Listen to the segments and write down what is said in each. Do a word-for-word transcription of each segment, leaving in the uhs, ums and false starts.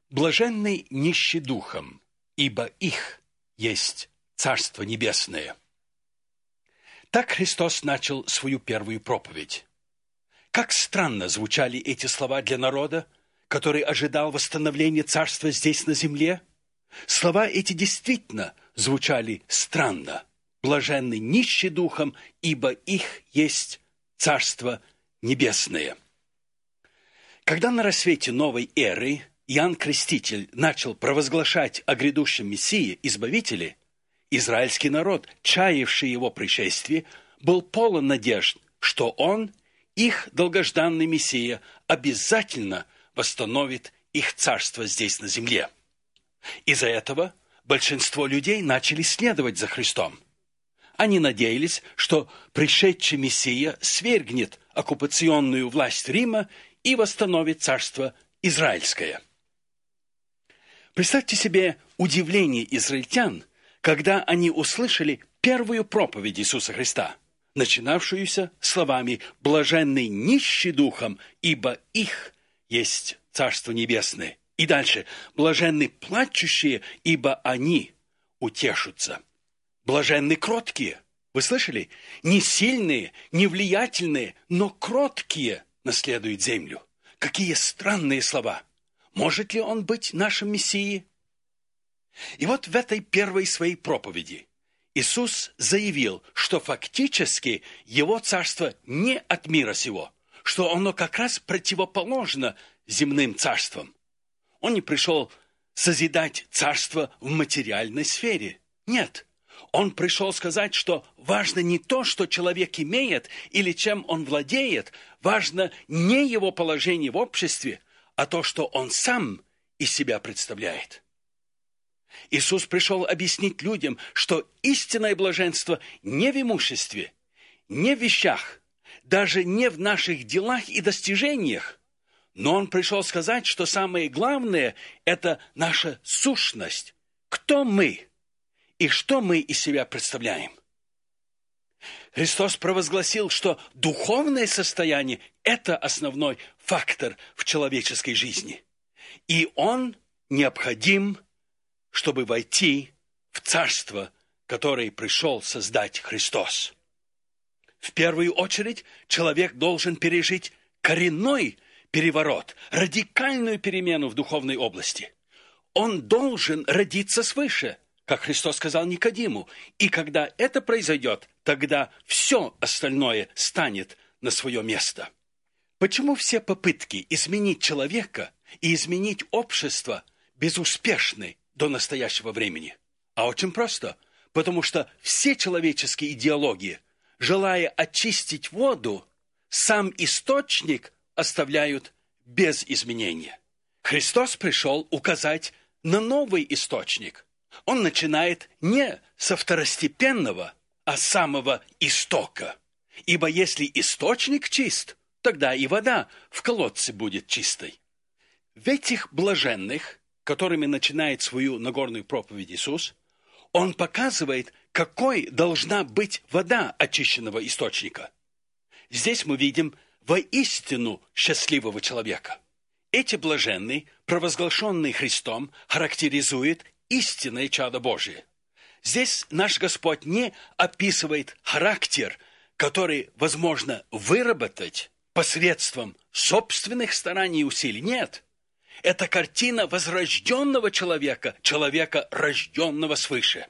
Блаженны нищи духом, ибо их есть Царство Небесное. Так Христос начал свою первую проповедь. Как странно звучали эти слова для народа, который ожидал восстановления Царства здесь на земле. Слова эти действительно звучали странно. Блаженны нищи духом, ибо их есть Царство Небесное. Когда на рассвете новой эры Иоанн Креститель начал провозглашать о грядущем Мессии, Избавителе, израильский народ, чаявший его пришествие, был полон надежд, что он, их долгожданный Мессия, обязательно восстановит их царство здесь на земле. Из-за этого большинство людей начали следовать за Христом. Они надеялись, что пришедший Мессия свергнет оккупационную власть Рима и восстановит царство израильское. Представьте себе удивление израильтян, когда они услышали первую проповедь Иисуса Христа, начинавшуюся словами «блаженны нищи духом, ибо их есть Царство Небесное». И дальше «блаженны плачущие, ибо они утешутся». Блаженны кроткие. Вы слышали? Не сильные, не влиятельные, но кроткие наследуют землю. Какие странные слова! Может ли он быть нашим Мессией? И вот в этой первой своей проповеди Иисус заявил, что фактически его царство не от мира сего, что оно как раз противоположно земным царствам. Он не пришел созидать царство в материальной сфере. Нет, он пришел сказать, что важно не то, что человек имеет или чем он владеет, важно не его положение в обществе, а то, что он сам из себя представляет. Иисус пришел объяснить людям, что истинное блаженство не в имуществе, не в вещах, даже не в наших делах и достижениях, но Он пришел сказать, что самое главное – это наша сущность. Кто мы и что мы из себя представляем? Христос провозгласил, что духовное состояние – это основной фактор в человеческой жизни. И он необходим, чтобы войти в царство, которое пришел создать Христос. В первую очередь человек должен пережить коренной переворот, радикальную перемену в духовной области. Он должен родиться свыше, как Христос сказал Никодиму. И когда это произойдет, тогда все остальное станет на свое место. Почему все попытки изменить человека и изменить общество безуспешны до настоящего времени? А очень просто. Потому что все человеческие идеологии, желая очистить воду, сам источник оставляют без изменения. Христос пришел указать на новый источник. Он начинает не со второстепенного, а с самого истока. Ибо если источник чист, тогда и вода в колодце будет чистой. В этих блаженных, которыми начинает свою Нагорную проповедь Иисус, Он показывает, какой должна быть вода очищенного источника. Здесь мы видим воистину счастливого человека. Эти блаженные, провозглашенные Христом, характеризуют истинное чадо Божие. Здесь наш Господь не описывает характер, который возможно выработать посредством собственных стараний и усилий. Нет. Это картина возрожденного человека, человека, рожденного свыше.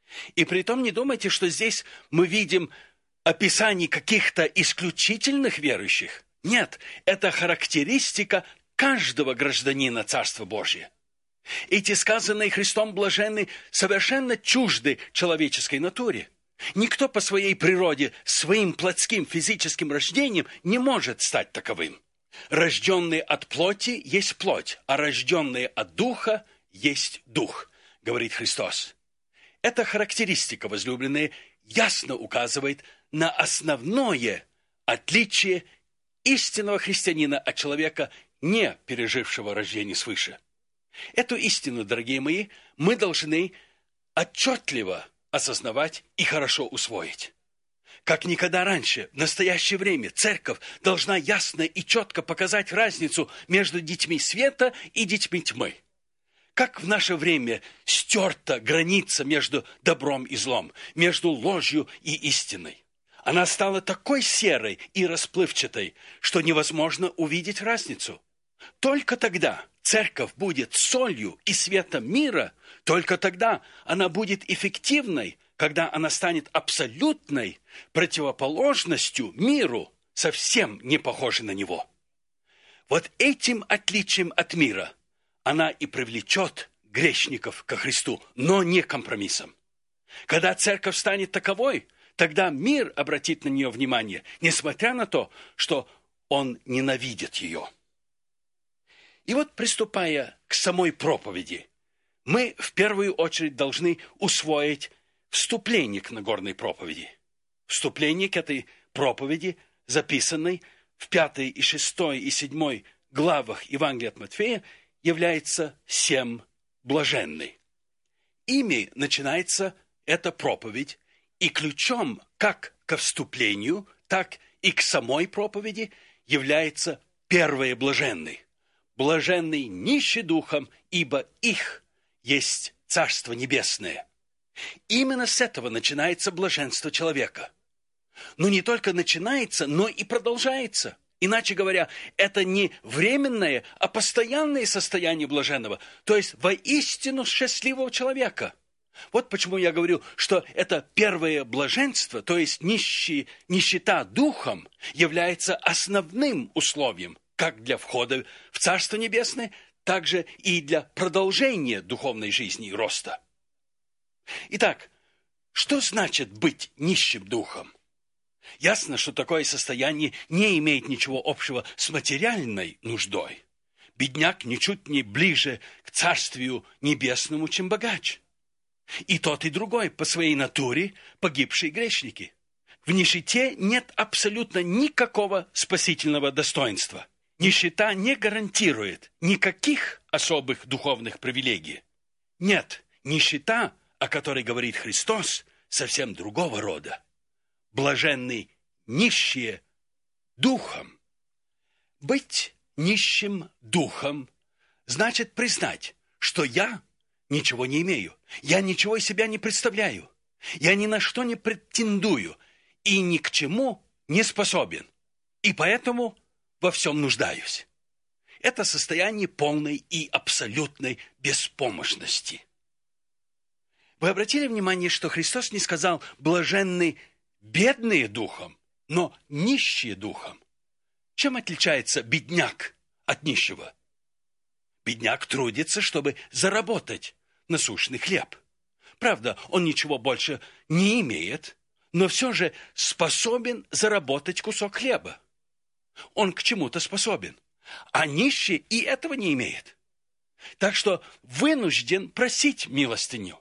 И притом не думайте, что здесь мы видим описание каких-то исключительных верующих. Нет, это характеристика каждого гражданина Царства Божия. Эти сказанные Христом блаженны совершенно чужды человеческой натуре. Никто по своей природе, своим плотским физическим рождением не может стать таковым. Рожденные от плоти есть плоть, а рожденные от духа есть дух, говорит Христос. Эта характеристика, возлюбленные, ясно указывает на основное отличие истинного христианина от человека, не пережившего рождение свыше. Эту истину, дорогие мои, мы должны отчетливо осознавать и хорошо усвоить. Как никогда раньше, в настоящее время, церковь должна ясно и четко показать разницу между детьми света и детьми тьмы. Как в наше время стерта граница между добром и злом, между ложью и истиной. Она стала такой серой и расплывчатой, что невозможно увидеть разницу. Только тогда церковь будет солью и светом мира, только тогда она будет эффективной, когда она станет абсолютной противоположностью миру, совсем не похожей на него. Вот этим отличием от мира она и привлечет грешников ко Христу, но не компромиссом. Когда церковь станет таковой, тогда мир обратит на нее внимание, несмотря на то, что он ненавидит ее. И вот, приступая к самой проповеди, мы в первую очередь должны усвоить вступление к Нагорной проповеди. Вступление к этой проповеди, записанной в пятой и шестой и седьмой главах Евангелия от Матфея, является «Семь блаженный». Ими начинается эта проповедь, и ключом как ко вступлению, так и к самой проповеди является первое блаженный. Блаженный нищий духом, ибо их есть Царство Небесное. Именно с этого начинается блаженство человека. Но не только начинается, но и продолжается. Иначе говоря, это не временное, а постоянное состояние блаженного, то есть воистину счастливого человека. Вот почему я говорю, что это первое блаженство, то есть нищи, нищета духом, является основным условием как для входа в Царство Небесное, так же и для продолжения духовной жизни и роста. Итак, что значит быть нищим духом? Ясно, что такое состояние не имеет ничего общего с материальной нуждой. Бедняк ничуть не ближе к Царствию Небесному, чем богач. И тот, и другой по своей натуре погибшие грешники. В нищете нет абсолютно никакого спасительного достоинства. Нищета не гарантирует никаких особых духовных привилегий. Нет, нищета, о которой говорит Христос, совсем другого рода. Блаженны нищие духом. Быть нищим духом значит признать, что я ничего не имею, я ничего из себя не представляю, я ни на что не претендую и ни к чему не способен, и поэтому во всем нуждаюсь. Это состояние полной и абсолютной беспомощности. Вы обратили внимание, что Христос не сказал «блаженны бедные духом», но «нищие духом». Чем отличается бедняк от нищего? Бедняк трудится, чтобы заработать насущный хлеб. Правда, он ничего больше не имеет, но все же способен заработать кусок хлеба. Он к чему-то способен, а нищий и этого не имеет. Так что вынужден просить милостыню.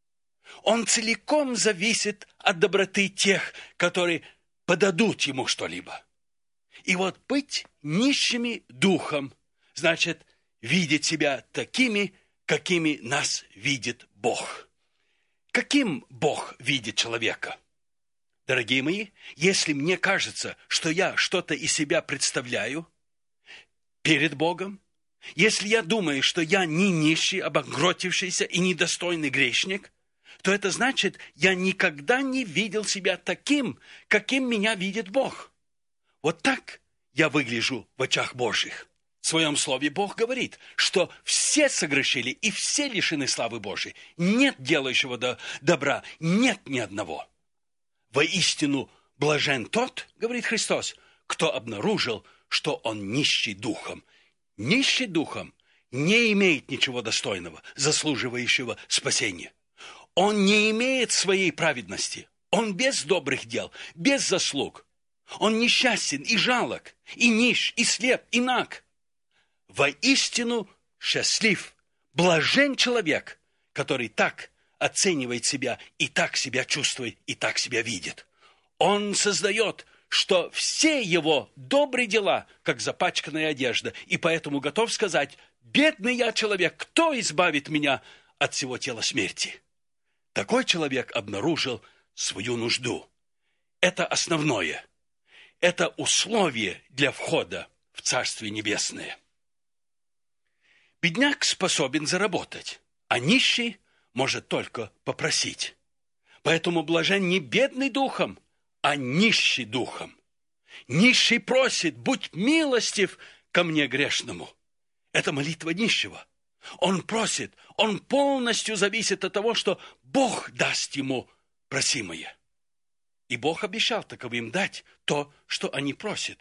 Он целиком зависит от доброты тех, которые подадут ему что-либо. И вот быть нищими духом значит видеть себя такими, какими нас видит Бог. Каким Бог видит человека? Дорогие мои, если мне кажется, что я что-то из себя представляю перед Богом, если я думаю, что я не нищий, обанкротившийся и недостойный грешник, то это значит, я никогда не видел себя таким, каким меня видит Бог. Вот так я выгляжу в очах Божьих. В своем слове Бог говорит, что все согрешили и все лишены славы Божьей. Нет делающего до добра, нет ни одного. Воистину блажен тот, говорит Христос, кто обнаружил, что он нищий духом. Нищий духом не имеет ничего достойного, заслуживающего спасения. Он не имеет своей праведности. Он без добрых дел, без заслуг. Он несчастен и жалок, и нищ, и слеп, и наг. Воистину счастлив, блажен человек, который так оценивает себя и так себя чувствует, и так себя видит. Он сознает, что все его добрые дела, как запачканная одежда, и поэтому готов сказать: «Бедный я человек, кто избавит меня от всего тела смерти?» Такой человек обнаружил свою нужду. Это основное. Это условие для входа в Царствие Небесное. Бедняк способен заработать, а нищий может только попросить. Поэтому блажен не бедный духом, а нищий духом. Нищий просит: будь милостив ко мне грешному. Это молитва нищего. Он просит, он полностью зависит от того, что Бог даст ему просимое. И Бог обещал таковым дать то, что они просят.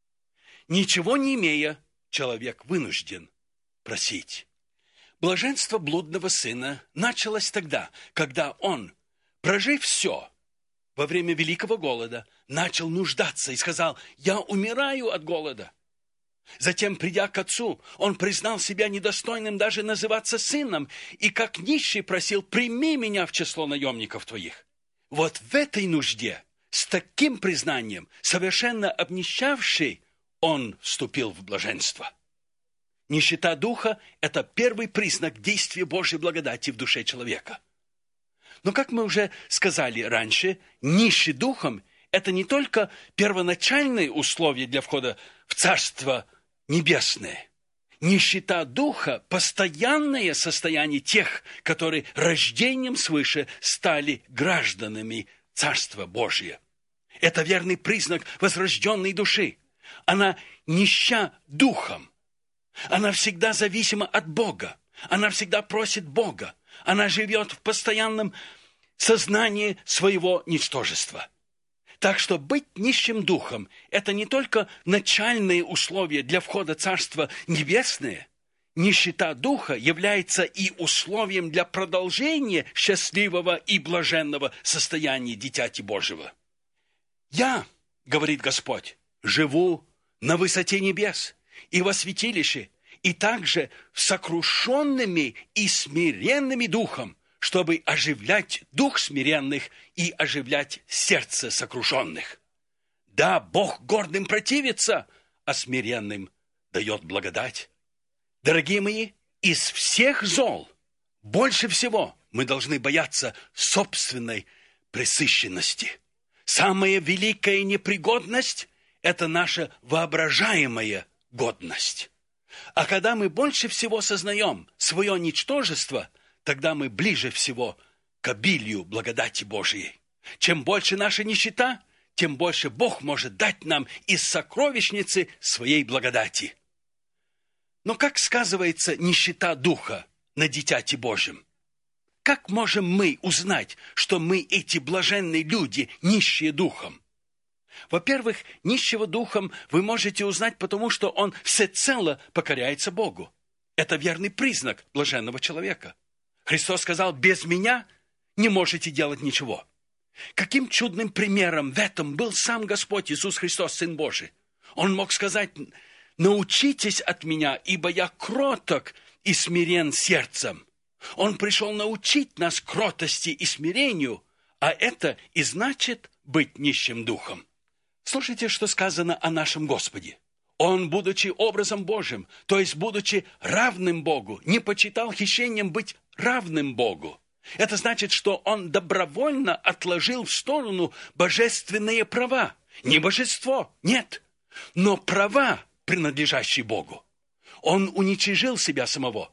Ничего не имея, человек вынужден просить. Блаженство блудного сына началось тогда, когда он, прожив все, во время великого голода, начал нуждаться и сказал: «Я умираю от голода». Затем, придя к отцу, он признал себя недостойным даже называться сыном, и как нищий просил: «Прими меня в число наемников твоих». Вот в этой нужде, с таким признанием, совершенно обнищавший, он вступил в блаженство. Нищета духа – это первый признак действия Божьей благодати в душе человека. Но, как мы уже сказали раньше, нищий духом – это не только первоначальные условия для входа в Царство Небесное. Нищета духа – постоянное состояние тех, которые рождением свыше стали гражданами Царства Божия. Это верный признак возрожденной души. Она нища духом. Она всегда зависима от Бога. Она всегда просит Бога. Она живет в постоянном сознании своего ничтожества. Так что быть нищим духом – это не только начальные условия для входа в Царство Небесное. Нищета духа является и условием для продолжения счастливого и блаженного состояния дитяти Божьего. «Я, — говорит Господь, — живу на высоте небес и во святилище, и также сокрушенными и смиренными духом, чтобы оживлять дух смиренных и оживлять сердце сокрушенных. Да, Бог гордым противится, а смиренным дает благодать». Дорогие мои, из всех зол больше всего мы должны бояться собственной пресыщенности. Самая великая непригодность – это наша воображаемая годность. А когда мы больше всего сознаем свое ничтожество, тогда мы ближе всего к обилию благодати Божией. Чем больше наша нищета, тем больше Бог может дать нам из сокровищницы своей благодати. Но как сказывается нищета духа на дитяти Божьем? Как можем мы узнать, что мы, эти блаженные люди, нищие духом? Во-первых, нищего духом вы можете узнать, потому что он всецело покоряется Богу. Это верный признак блаженного человека. Христос сказал: «Без меня не можете делать ничего». Каким чудным примером в этом был сам Господь Иисус Христос, Сын Божий. Он мог сказать: «Научитесь от меня, ибо я кроток и смирен сердцем». Он пришел научить нас кротости и смирению, а это и значит быть нищим духом. Слушайте, что сказано о нашем Господе. Он, будучи образом Божьим, то есть будучи равным Богу, не почитал хищением быть равным Богу. Это значит, что он добровольно отложил в сторону божественные права. Не божество, нет, но права, принадлежащие Богу. Он уничижил себя самого,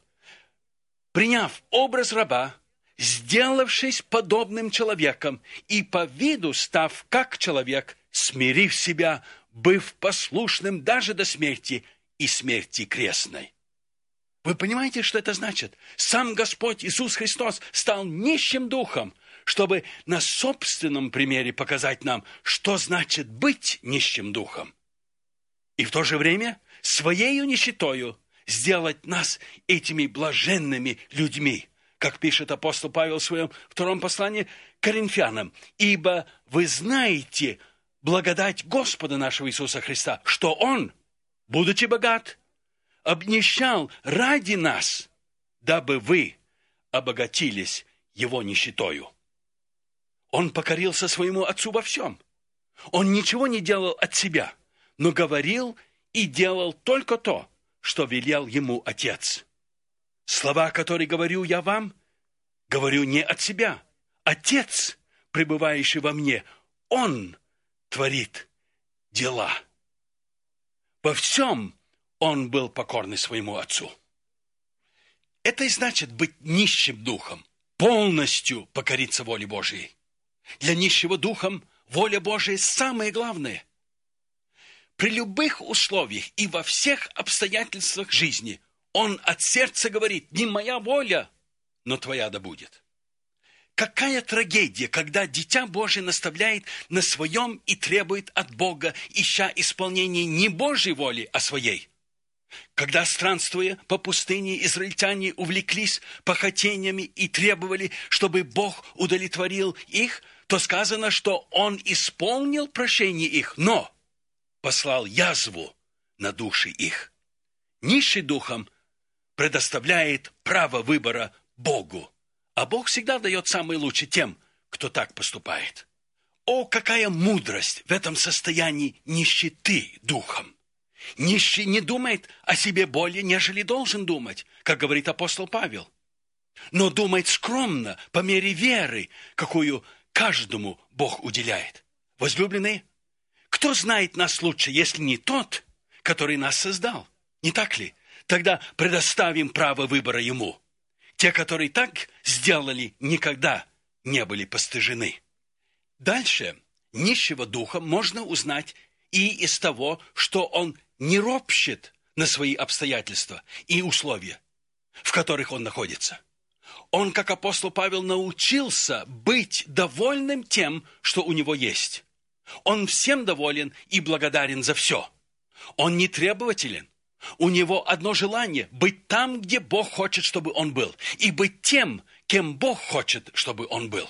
приняв образ раба, сделавшись подобным человеком и по виду став как человек, смирив себя, быв послушным даже до смерти и смерти крестной. Вы понимаете, что это значит? Сам Господь Иисус Христос стал нищим духом, чтобы на собственном примере показать нам, что значит быть нищим духом. И в то же время своею нищетою сделать нас этими блаженными людьми, как пишет апостол Павел в своем втором послании к Коринфянам. «Ибо вы знаете благодать Господа нашего Иисуса Христа, что Он, будучи богат, обнищал ради нас, дабы вы обогатились Его нищетою». Он покорился своему Отцу во всем. Он ничего не делал от себя, но говорил и делал только то, что велел ему Отец. Слова, которые говорю я вам, говорю не от себя. Отец, пребывающий во мне, Он творит дела. Во всем он был покорный своему Отцу. Это и значит быть нищим духом, полностью покориться воле Божией. Для нищего духом воля Божия самое главное. При любых условиях и во всех обстоятельствах жизни он от сердца говорит: не моя воля, но твоя да будет. Какая трагедия, когда Дитя Божие наставляет на своем и требует от Бога, ища исполнения не Божьей воли, а своей. Когда, странствуя по пустыне, израильтяне увлеклись похотениями и требовали, чтобы Бог удовлетворил их, то сказано, что Он исполнил прощение их, но послал язву на души их. Нищий духом предоставляет право выбора Богу, а Бог всегда дает самое лучшее тем, кто так поступает. О, какая мудрость в этом состоянии нищеты духом! Нищий не думает о себе более, нежели должен думать, как говорит апостол Павел, но думает скромно, по мере веры, какую каждому Бог уделяет. Возлюбленные, кто знает нас лучше, если не тот, который нас создал? Не так ли? Тогда предоставим право выбора Ему. Те, которые так сделали, никогда не были постыжены. Дальше нищего духа можно узнать и из того, что он не ропщет на свои обстоятельства и условия, в которых он находится. Он, как апостол Павел, научился быть довольным тем, что у него есть. Он всем доволен и благодарен за все. Он не требователен. У него одно желание – быть там, где Бог хочет, чтобы он был, и быть тем, кем Бог хочет, чтобы он был.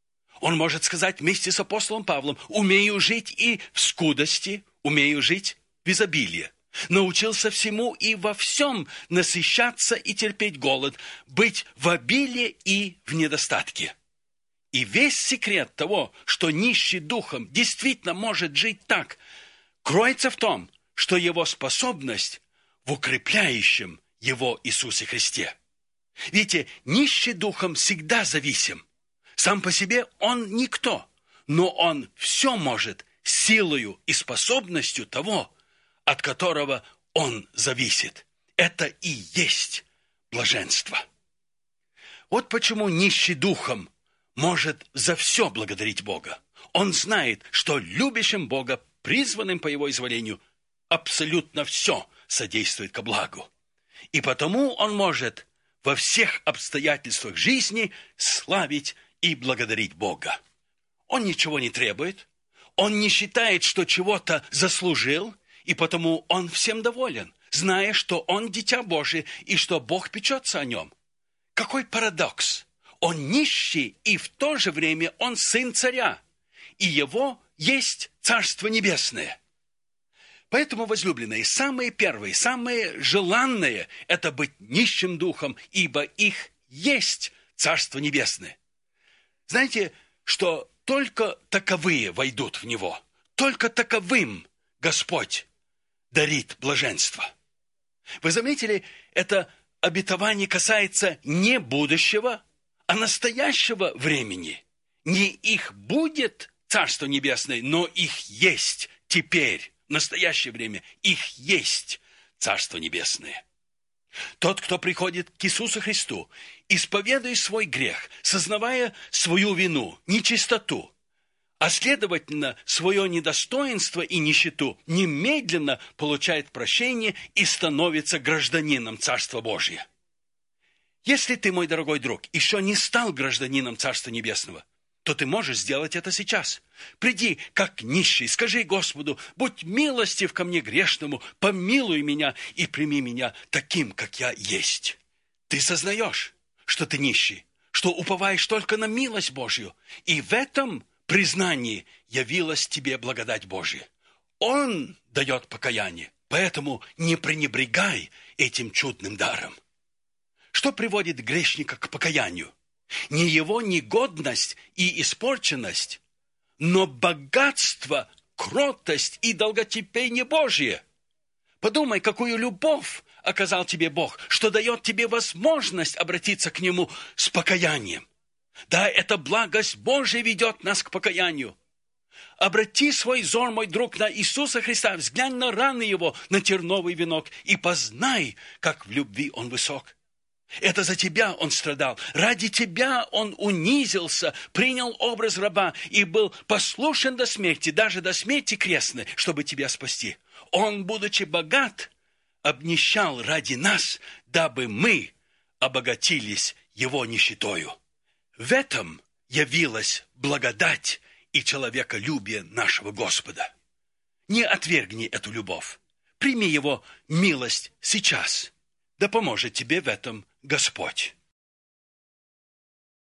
Он может сказать вместе с апостолом Павлом: «Умею жить и в скудости, умею жить в изобилии. Научился всему и во всем насыщаться и терпеть голод, быть в обилии и в недостатке». И весь секрет того, что нищий духом действительно может жить так, кроется в том, что его способность в укрепляющем его Иисусе Христе. Видите, нищий духом всегда зависим. Сам по себе он никто, но он все может силою и способностью того, от которого он зависит. Это и есть блаженство. Вот почему нищий духом может за все благодарить Бога. Он знает, что любящим Бога, призванным по Его изволению, абсолютно все содействует ко благу. И потому он может во всех обстоятельствах жизни славить и благодарить Бога. Он ничего не требует, он не считает, что чего-то заслужил, и потому он всем доволен, зная, что он дитя Божие и что Бог печется о нем. Какой парадокс! Он нищий, и в то же время он сын царя, и его есть Царство Небесное. Поэтому, возлюбленные, самое первое, самое желанное – это быть нищим духом, ибо их есть Царство Небесное. Знаете, что только таковые войдут в него, только таковым Господь дарит блаженство. Вы заметили, это обетование касается не будущего, а настоящего времени. Не их будет Царство Небесное, но их есть теперь, в настоящее время. Их есть Царство Небесное. Тот, кто приходит к Иисусу Христу, исповедуя свой грех, сознавая свою вину, нечистоту, а следовательно, свое недостоинство и нищету, немедленно получает прощение и становится гражданином Царства Божия. Если ты, мой дорогой друг, еще не стал гражданином Царства Небесного, то ты можешь сделать это сейчас. Приди, как нищий, скажи Господу: «Будь милостив ко мне грешному, помилуй меня и прими меня таким, как я есть». Ты сознаешь, что ты нищий, что уповаешь только на милость Божью, и в этом признании явилась тебе благодать Божья. Он дает покаяние, поэтому не пренебрегай этим чудным даром. Что приводит грешника к покаянию? Не его негодность и испорченность, но богатство, кротость и долготерпение Божие. Подумай, какую любовь оказал тебе Бог, что дает тебе возможность обратиться к Нему с покаянием. Да, эта благость Божия ведет нас к покаянию. Обрати свой взор, мой друг, на Иисуса Христа, взглянь на раны Его, на терновый венок, и познай, как в любви Он высок. Это за тебя он страдал. Ради тебя он унизился, принял образ раба и был послушен до смерти, даже до смерти крестной, чтобы тебя спасти. Он, будучи богат, обнищал ради нас, дабы мы обогатились его нищетою. В этом явилась благодать и человеколюбие нашего Господа. Не отвергни эту любовь. Прими его милость сейчас. Да поможет тебе в этом Господь.